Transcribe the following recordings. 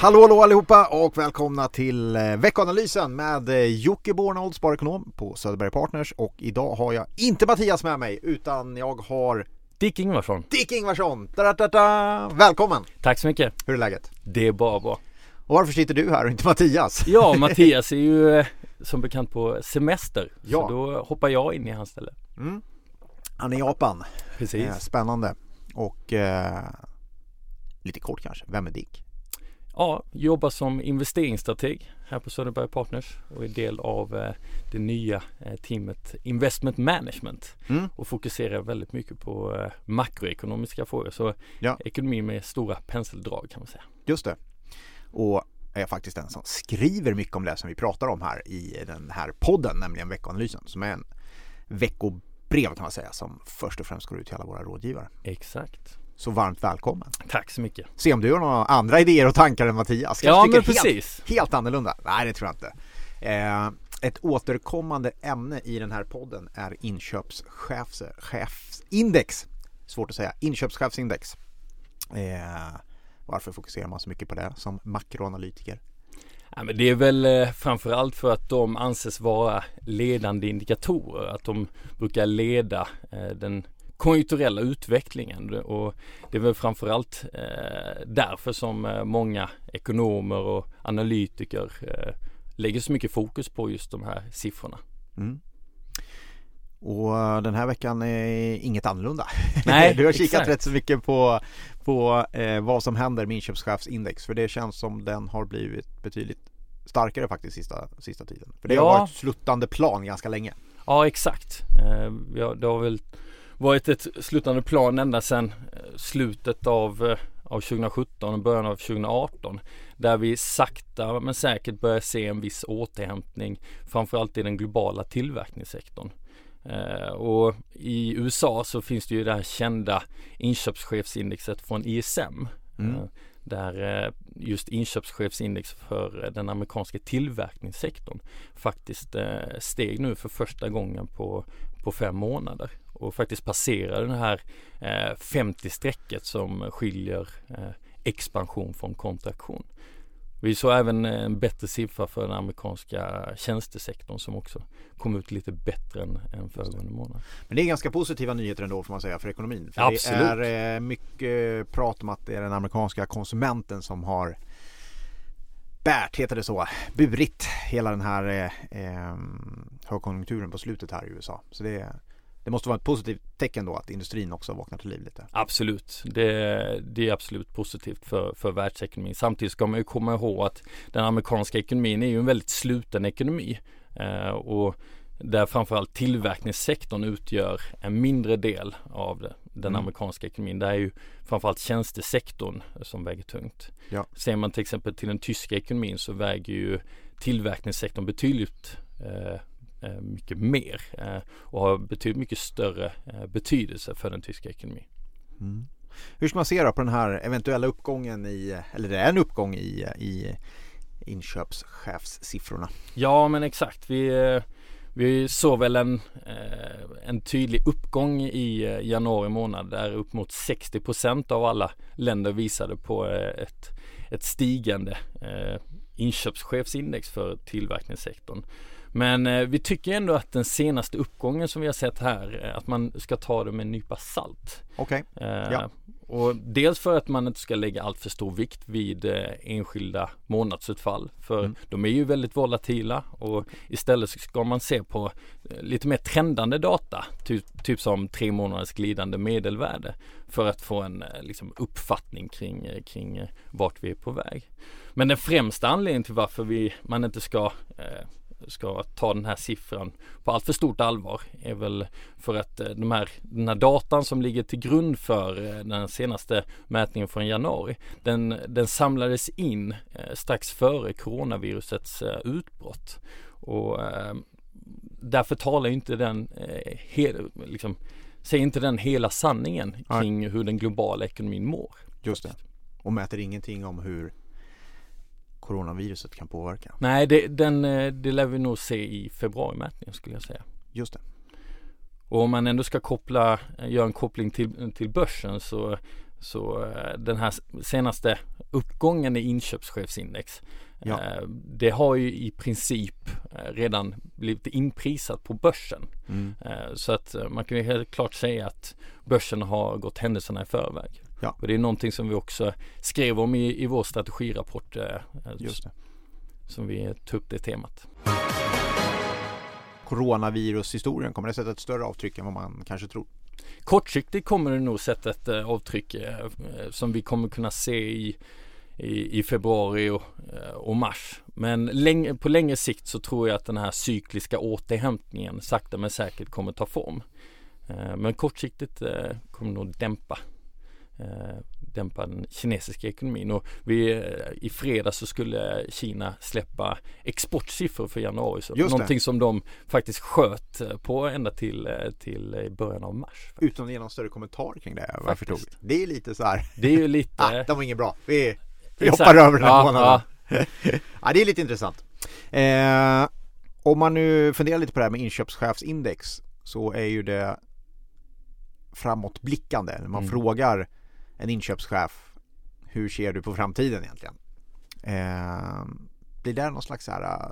Hallå allihopa och välkomna till veckoanalysen med Jocke Bornold, sparekonom på Söderberg Partners. Och idag har jag inte Mattias med mig utan jag har Dick Ingvarsson. Välkommen! Tack så mycket. Hur är läget? Det är bara bra. Och varför sitter du här och inte Mattias? Ja, Mattias är ju som bekant på semester. Ja. Så då hoppar jag in i hans ställe. Han är i Japan. Precis. Spännande. Och lite kort kanske, vem är Dick? Ja, jobbar som investeringsstrateg här på Söderberg Partners och är del av det nya teamet Investment Management och fokuserar väldigt mycket på makroekonomiska frågor. Så ekonomi med stora penseldrag kan man säga. Just det. Och är faktiskt den som skriver mycket om det som vi pratar om här i den här podden, nämligen veckoanalysen, som är en veckobrev kan man säga, som först och främst går ut till alla våra rådgivare. Exakt. Så varmt välkommen. Tack så mycket. Se om du har några andra idéer och tankar än Mattias. Ja, men precis. Helt annorlunda. Nej, det tror jag inte. Ett återkommande ämne i den här podden är inköpschefsindex. Svårt att säga. Inköpschefsindex. Varför fokuserar man så mycket på det som makroanalytiker? Ja, men det är väl framförallt för att de anses vara ledande indikatorer. Att de brukar leda den konjunkturella utvecklingen, och det är väl framförallt därför som många ekonomer och analytiker lägger så mycket fokus på just de här siffrorna. Och den här veckan är inget annorlunda. Nej, du har kikat rätt så mycket på vad som händer med inköpschefsindex, för det känns som den har blivit betydligt starkare faktiskt sista tiden. För det har varit sluttande plan ganska länge. Ja, exakt. Det har väl varit ett slutande plan ända sedan slutet av 2017 och början av 2018, där vi sakta men säkert börjar se en viss återhämtning, framförallt i den globala tillverkningssektorn. Och i USA så finns det ju det här kända inköpschefsindexet från ISM, där just inköpschefsindex för den amerikanska tillverkningssektorn faktiskt steg nu för första gången på 5 månader och faktiskt passerar den här 50-strecket som skiljer expansion från kontraktion. Vi såg även en bättre siffra för den amerikanska tjänstesektorn som också kom ut lite bättre än föregående månad. Men det är ganska positiva nyheter ändå, får man säga, för ekonomin. För absolut. Det är mycket prat om att det är den amerikanska konsumenten som har burit hela den här högkonjunkturen på slutet här i USA. Så det måste vara ett positivt tecken då att industrin också vaknar till liv lite. Absolut, det är absolut positivt för världsekonomin. Samtidigt ska man ju komma ihåg att den amerikanska ekonomin är ju en väldigt sluten ekonomi, och där framförallt tillverkningssektorn utgör en mindre del av den amerikanska ekonomin. Det är ju framförallt tjänstesektorn som väger tungt. Ja. Ser man till exempel till den tyska ekonomin så väger ju tillverkningssektorn betydligt mycket mer och har betydligt mycket större betydelse för den tyska ekonomin. Hur ska man se då på den här eventuella uppgången eller det är en uppgång i inköpschefssiffrorna? Ja, men exakt. Vi såg väl en tydlig uppgång i januari månad där upp mot 60% av alla länder visade på ett stigande inköpschefsindex för tillverkningssektorn. Men vi tycker ändå att den senaste uppgången som vi har sett här, att man ska ta det med en nypa salt. Okej. Ja. Och dels för att man inte ska lägga allt för stor vikt vid enskilda månadsutfall, för de är ju väldigt volatila, och istället ska man se på lite mer trendande data, typ som 3 månaders glidande medelvärde, för att få en uppfattning kring vart vi är på väg. Men den främsta anledningen till varför man inte ska ta den här siffran på allt för stort allvar är väl för att den här datan som ligger till grund för den senaste mätningen från januari, den samlades in strax före coronavirusets utbrott, och därför talar inte den säger inte den hela sanningen kring hur den globala ekonomin mår. Just det. Och mäter ingenting om hur coronaviruset kan påverka. Nej, det lär vi nog se i februarimätningen, skulle jag säga. Just det. Och om man ändå ska göra en koppling till börsen, så Så den här senaste uppgången i inköpschefsindex, det har ju i princip redan blivit inprisat på börsen. Så att man kan ju helt klart säga att börsen har gått händelserna i förväg. Ja. Och det är någonting som vi också skrev om i vår strategirapport. Just det. Som vi tog upp det temat. Coronavirushistorien, kommer det sätta ett större avtryck än vad man kanske tror? Kortsiktigt kommer det nog sätta ett avtryck som vi kommer kunna se i februari och mars. Men på längre sikt så tror jag att den här cykliska återhämtningen sakta men säkert kommer ta form. Men kortsiktigt kommer nog dämpa den kinesiska ekonomin. Och i fredags så skulle Kina släppa exportsiffror för januari. Så någonting som de faktiskt sköt på ända till början av mars. Utan att ge någon större kommentar kring det. Varför det är lite så här. Det är ju lite... de var inget bra. Vi hoppar över den här månaden. Ja, det är lite intressant. Om man nu funderar lite på det här med inköpschefsindex, så är ju det framåtblickande. När man frågar en inköpschef, hur ser du på framtiden egentligen? Blir det någon slags så här,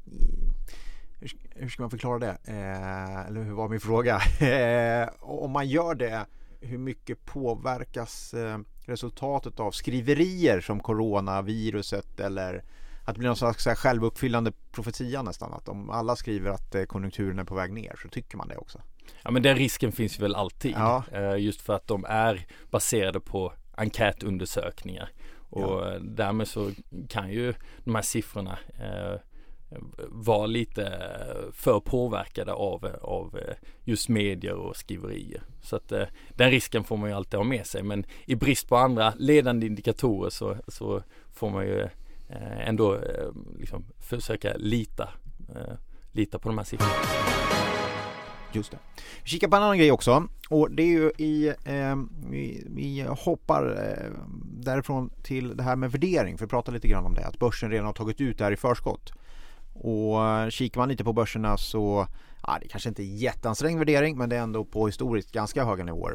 hur ska man förklara det? Eller hur var min fråga? Om man gör det, hur mycket påverkas resultatet av skriverier som coronaviruset, eller att det blir någon slags så här självuppfyllande profetia nästan, att om alla skriver att konjunkturen är på väg ner så tycker man det också? Ja, men den risken finns väl alltid. Just för att de är baserade på enkätundersökningar. Och därmed så kan ju de här siffrorna vara lite för påverkade av just medier och skriverier. Så att den risken får man ju alltid ha med sig. Men i brist på andra ledande indikatorer så får man ju ändå liksom försöka lita på de här siffrorna. Just det. Vi kikar på en annan grej också, och det är ju vi hoppar därifrån till det här med värdering, för att prata lite grann om det, att börsen redan har tagit ut det här i förskott. Och kikar man lite på börserna så det kanske inte är jätteansträngd värdering, men det är ändå på historiskt ganska höga nivåer.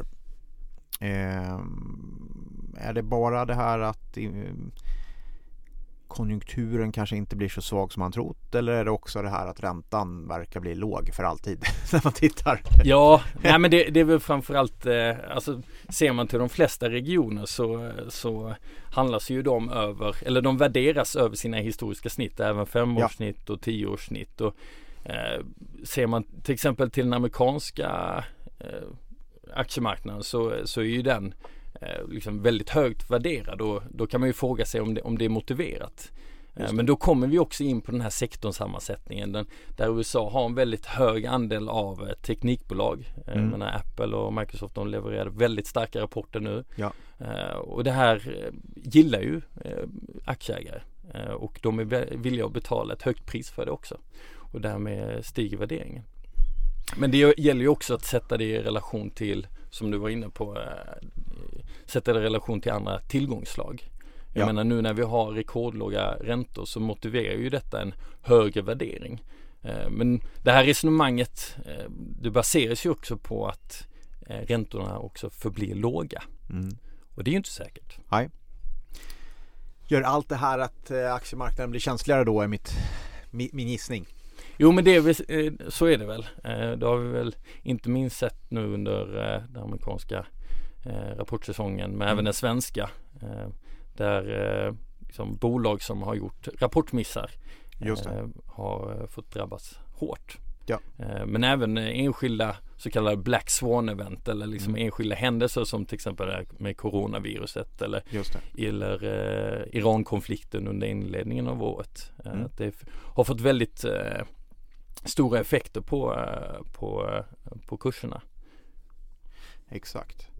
Är det bara det här att konjunkturen kanske inte blir så svag som man trott, eller är det också det här att räntan verkar bli låg för alltid när man tittar? Ja, nej, men det är väl framförallt alltså, ser man till de flesta regioner så handlas ju de över, eller de värderas över sina historiska snitt, även 5-årssnitt och 10-årssnitt. Och ser man till exempel till den amerikanska aktiemarknaden så är ju den liksom väldigt högt värderad, och då kan man ju fråga sig om det är motiverat. Men då kommer vi också in på den här sektorsammansättningen där USA har en väldigt hög andel av teknikbolag. Men Apple och Microsoft, de levererar väldigt starka rapporter nu. Och det här gillar ju aktieägare, och de är villiga att betala ett högt pris för det också, och därmed stiger värderingen. Men det gäller ju också att sätta det i relation till, som du var inne på, sätta det i relation till andra tillgångslag. Jag menar, nu när vi har rekordlåga räntor så motiverar ju detta en högre värdering. Men det här resonemanget, det baseras ju också på att räntorna också förblir låga. Och det är ju inte säkert. Nej. Gör allt det här att aktiemarknaden blir känsligare då, är min gissning? Jo, men så är det väl. Det har vi väl inte minst sett nu under den amerikanska rapportsäsongen, men även den svenska, där liksom, bolag som har gjort rapportmissar har fått drabbas hårt. Men även enskilda så kallade Black Swan-event, eller liksom enskilda händelser som till exempel med coronaviruset eller Iran-konflikten under inledningen av året. Det har fått väldigt stora effekter på kurserna. Exakt.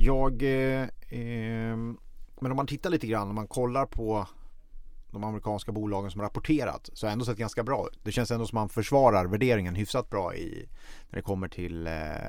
Men om man tittar lite grann, om man kollar på de amerikanska bolagen som har rapporterat, så har det ändå sett ganska bra ut. Det känns ändå som man försvarar värderingen hyfsat bra när det kommer till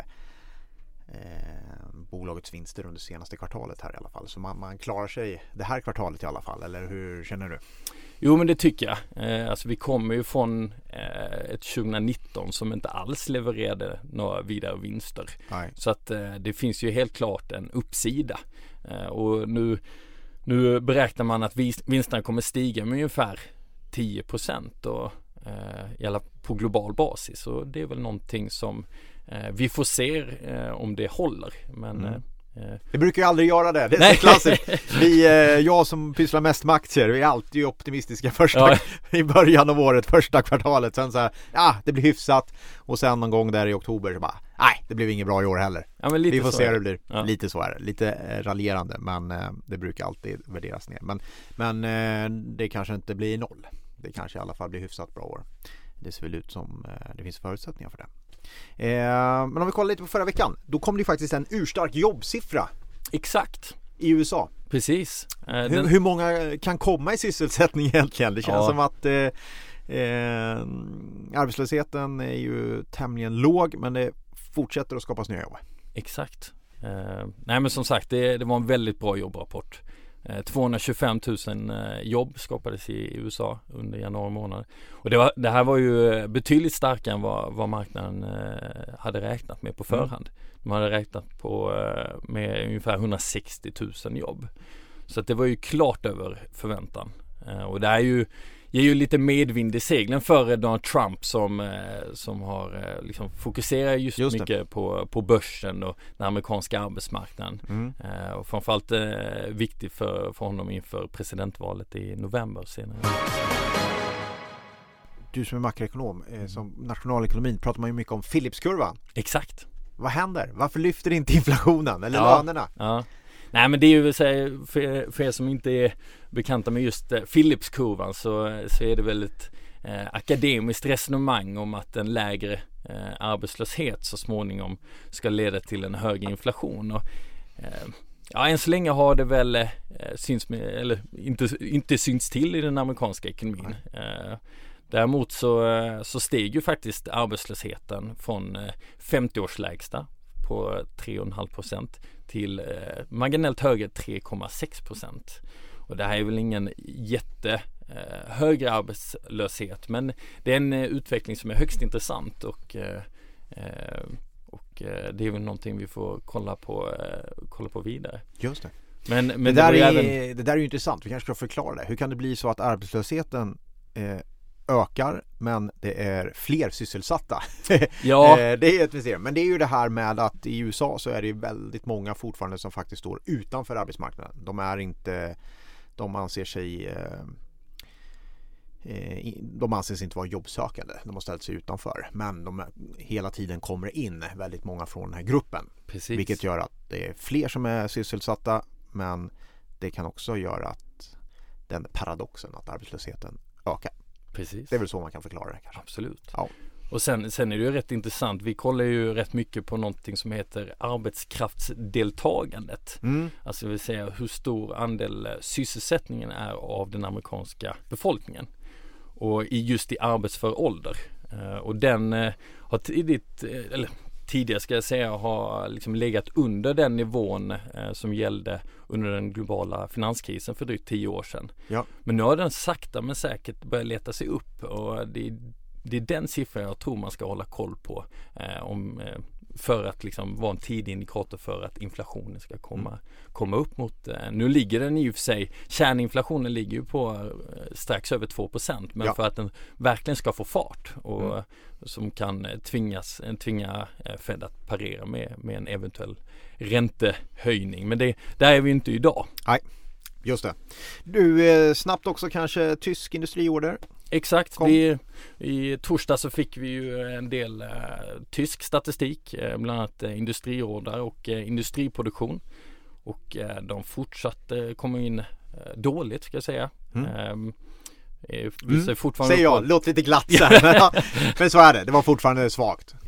bolagets vinster under senaste kvartalet här i alla fall. Så man klarar sig det här kvartalet i alla fall, eller hur känner du? Jo, men det tycker jag. Alltså vi kommer ju från ett 2019 som inte alls levererade några vidare vinster. Nej. Så att det finns ju helt klart en uppsida. Och nu beräknar man att vinsterna kommer stiga med ungefär 10% och på global basis. Och det är väl någonting som vi får se om det håller. Men det brukar ju aldrig göra det. Det är så klassiskt. Jag som pysslar mest med aktier, vi är alltid optimistiska i början av året, första kvartalet. Sen så här, det blir hyfsat. Och sen någon gång där i oktober så bara, nej, det blev inget bra i år heller. Ja, men lite vi får se hur det blir. Ja. Lite så är det. Lite raljerande, men det brukar alltid värderas ner. Men det kanske inte blir 0. Det kanske i alla fall blir hyfsat bra år. Det ser väl ut som det finns förutsättningar för det. Men om vi kollar lite på förra veckan, då kom det ju faktiskt en urstark jobbsiffra. Exakt. I USA. Precis. Hur många kan komma i sysselsättning egentligen? Det känns som att arbetslösheten är ju tämligen låg, men det fortsätter att skapas nya jobb. Exakt. Nej, men som sagt, det var en väldigt bra jobbrapport. 225 000 jobb skapades i USA under januari månad. Och det här var ju betydligt starkare än vad marknaden hade räknat med på förhand. De hade räknat med ungefär 160 000 jobb. Så att det var ju klart över förväntan. Och det är ju ger ju lite medvind i seglen för Donald Trump som har liksom fokuserar just mycket på börsen och den amerikanska arbetsmarknaden. Och framförallt viktigt för honom inför presidentvalet i november senare. Du som är makroekonom, som nationalekonomin pratar man ju mycket om Philipskurvan. Exakt. Vad händer? Varför lyfter inte inflationen eller lönerna? Ja. Nej, men det är ju för er som inte är bekanta med just Philipskurvan så är det väl ett akademiskt resonemang om att en lägre arbetslöshet så småningom ska leda till en högre inflation. Och än så länge har det väl inte synts till i den amerikanska ekonomin. Däremot så steg ju faktiskt arbetslösheten från 50-årslägsta på 3,5% till marginellt högre 3,6%. Och det här är väl ingen högre arbetslöshet, men det är en utveckling som är högst intressant och det är väl någonting vi får kolla på vidare. Just det. Men det där är ju intressant. Vi kanske ska förklara det. Hur kan det bli så att arbetslösheten ökar men det är fler sysselsatta? Ja. Det är ett mysterium. Men det är ju det här med att i USA så är det väldigt många fortfarande som faktiskt står utanför arbetsmarknaden. De anses inte vara jobbsökande. De har ställt sig utanför. Men de hela tiden kommer in väldigt många från den här gruppen. Precis. Vilket gör att det är fler som är sysselsatta, men det kan också göra att den paradoxen att arbetslösheten ökar. Precis. Det är väl så man kan förklara det kanske. Absolut. Ja. Och sen är det ju rätt intressant. Vi kollar ju rätt mycket på någonting som heter arbetskraftsdeltagandet. Alltså det vill säga hur stor andel sysselsättningen är av den amerikanska befolkningen. Och just i arbetsför ålder. Och den har tidigare ska jag säga har liksom legat under den nivån som gällde under den globala finanskrisen för drygt 10 år sedan. Ja. Men nu har den sakta men säkert börjat leta sig upp och det är den siffran jag tror man ska hålla koll på för att liksom vara en tidig indikator för att inflationen ska komma upp mot. Nu ligger den i och för sig, kärninflationen ligger ju på strax över 2%, men för att den verkligen ska få fart och som kan tvinga Fed att parera med en eventuell räntehöjning. Men där är vi inte idag. Nej, just det. Du, snabbt också kanske tysk industriorder. Exakt, i torsdag så fick vi ju en del tysk statistik, bland annat industriorder och industriproduktion, och de fortsatte komma in dåligt ska jag säga. Säger jag, låt lite glatt så här. Men så är det var fortfarande svagt.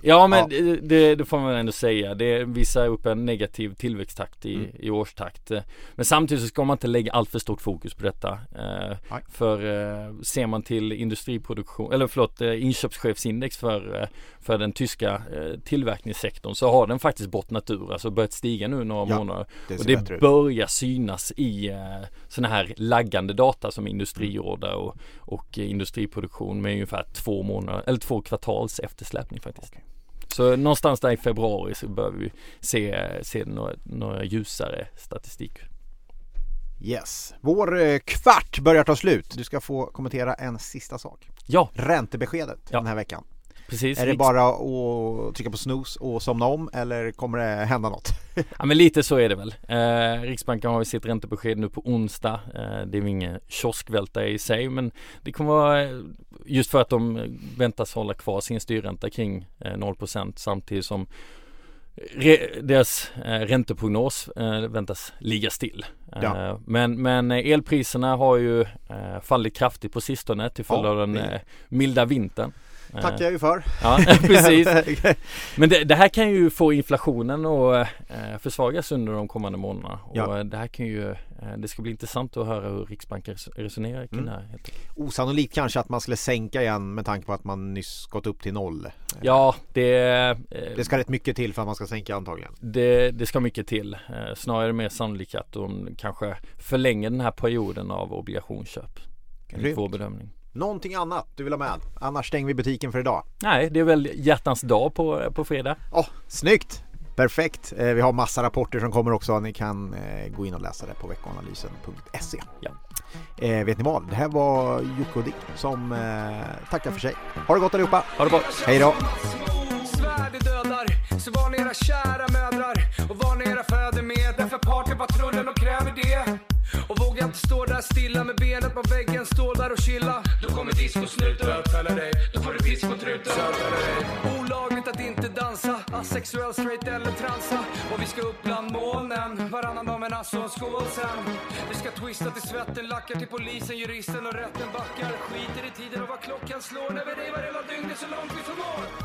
Ja, men det får man ändå säga. Det visar upp en negativ tillväxttakt i årstakt. Men samtidigt så ska man inte lägga allt för stort fokus på detta. För ser man till inköpschefsindex för den tyska tillverkningssektorn, så har den faktiskt bottnat ur, alltså börjat stiga nu några månader. Och det börjar synas i såna här laggande data som industriorder och industriproduktion med ungefär 2 kvartals eftersläpning faktiskt. Okay. Så någonstans där i februari så bör vi se några ljusare statistik. Yes. Vår kvart börjar ta slut. Du ska få kommentera en sista sak. Ja. Räntebeskedet den här veckan. Precis. Är det bara att trycka på snooze och somna om, eller kommer det hända något? Ja, men lite så är det väl. Riksbanken har ju sitt räntebesked nu på onsdag. Det är ju ingen kioskvälta i sig, men det kommer vara just för att de väntas hålla kvar sin styrränta kring 0% samtidigt som deras ränteprognos väntas ligga still. Ja. Men elpriserna har ju fallit kraftigt på sistone till följd av den milda vintern. Tackar jag ju för. Ja, precis. Men det här kan ju få inflationen att försvagas under de kommande månaderna. Och det här kan ju, det ska bli intressant att höra hur Riksbanken resonerar kring det här. Osannolikt kanske att man skulle sänka igen med tanke på att man nyss gått upp till 0. Ja, det ska rätt mycket till för att man ska sänka antagligen. Det ska mycket till. Snarare är det mer sannolikt att de kanske förlänger den här perioden av obligationsköp. Enligt vår bedömning. Någonting annat du vill ha med? Annars stänger vi butiken för idag. Nej, det är väl hjärtans dag på fredag. Snyggt! Perfekt. Vi har massa rapporter som kommer också. Ni kan gå in och läsa det på veckoanalysen.se. Ja. Vet ni vad? Det här var Jocke och Dick som tackar för sig. Ha det gott allihopa. Ha det bra. Hej då. Så var ni era kära mödrar och var ni era fäder med. Därför partypatrullen och kräver det. Och våga inte stå där stilla med benet på väggen. Stå där och chilla. Då kommer discosnuten bötfälla dig. Då får du discotruten sötfälla dig. Olagligt att inte dansa, asexuell, straight eller transa. Och vi ska upp bland molnen, varannan dag med nasso och skål sen. Vi ska twista till svetten, lackar till polisen, juristen och rätten backar. Skiter i tiden och vad klockan slår när vi revar hela dygnet så långt vi förmår.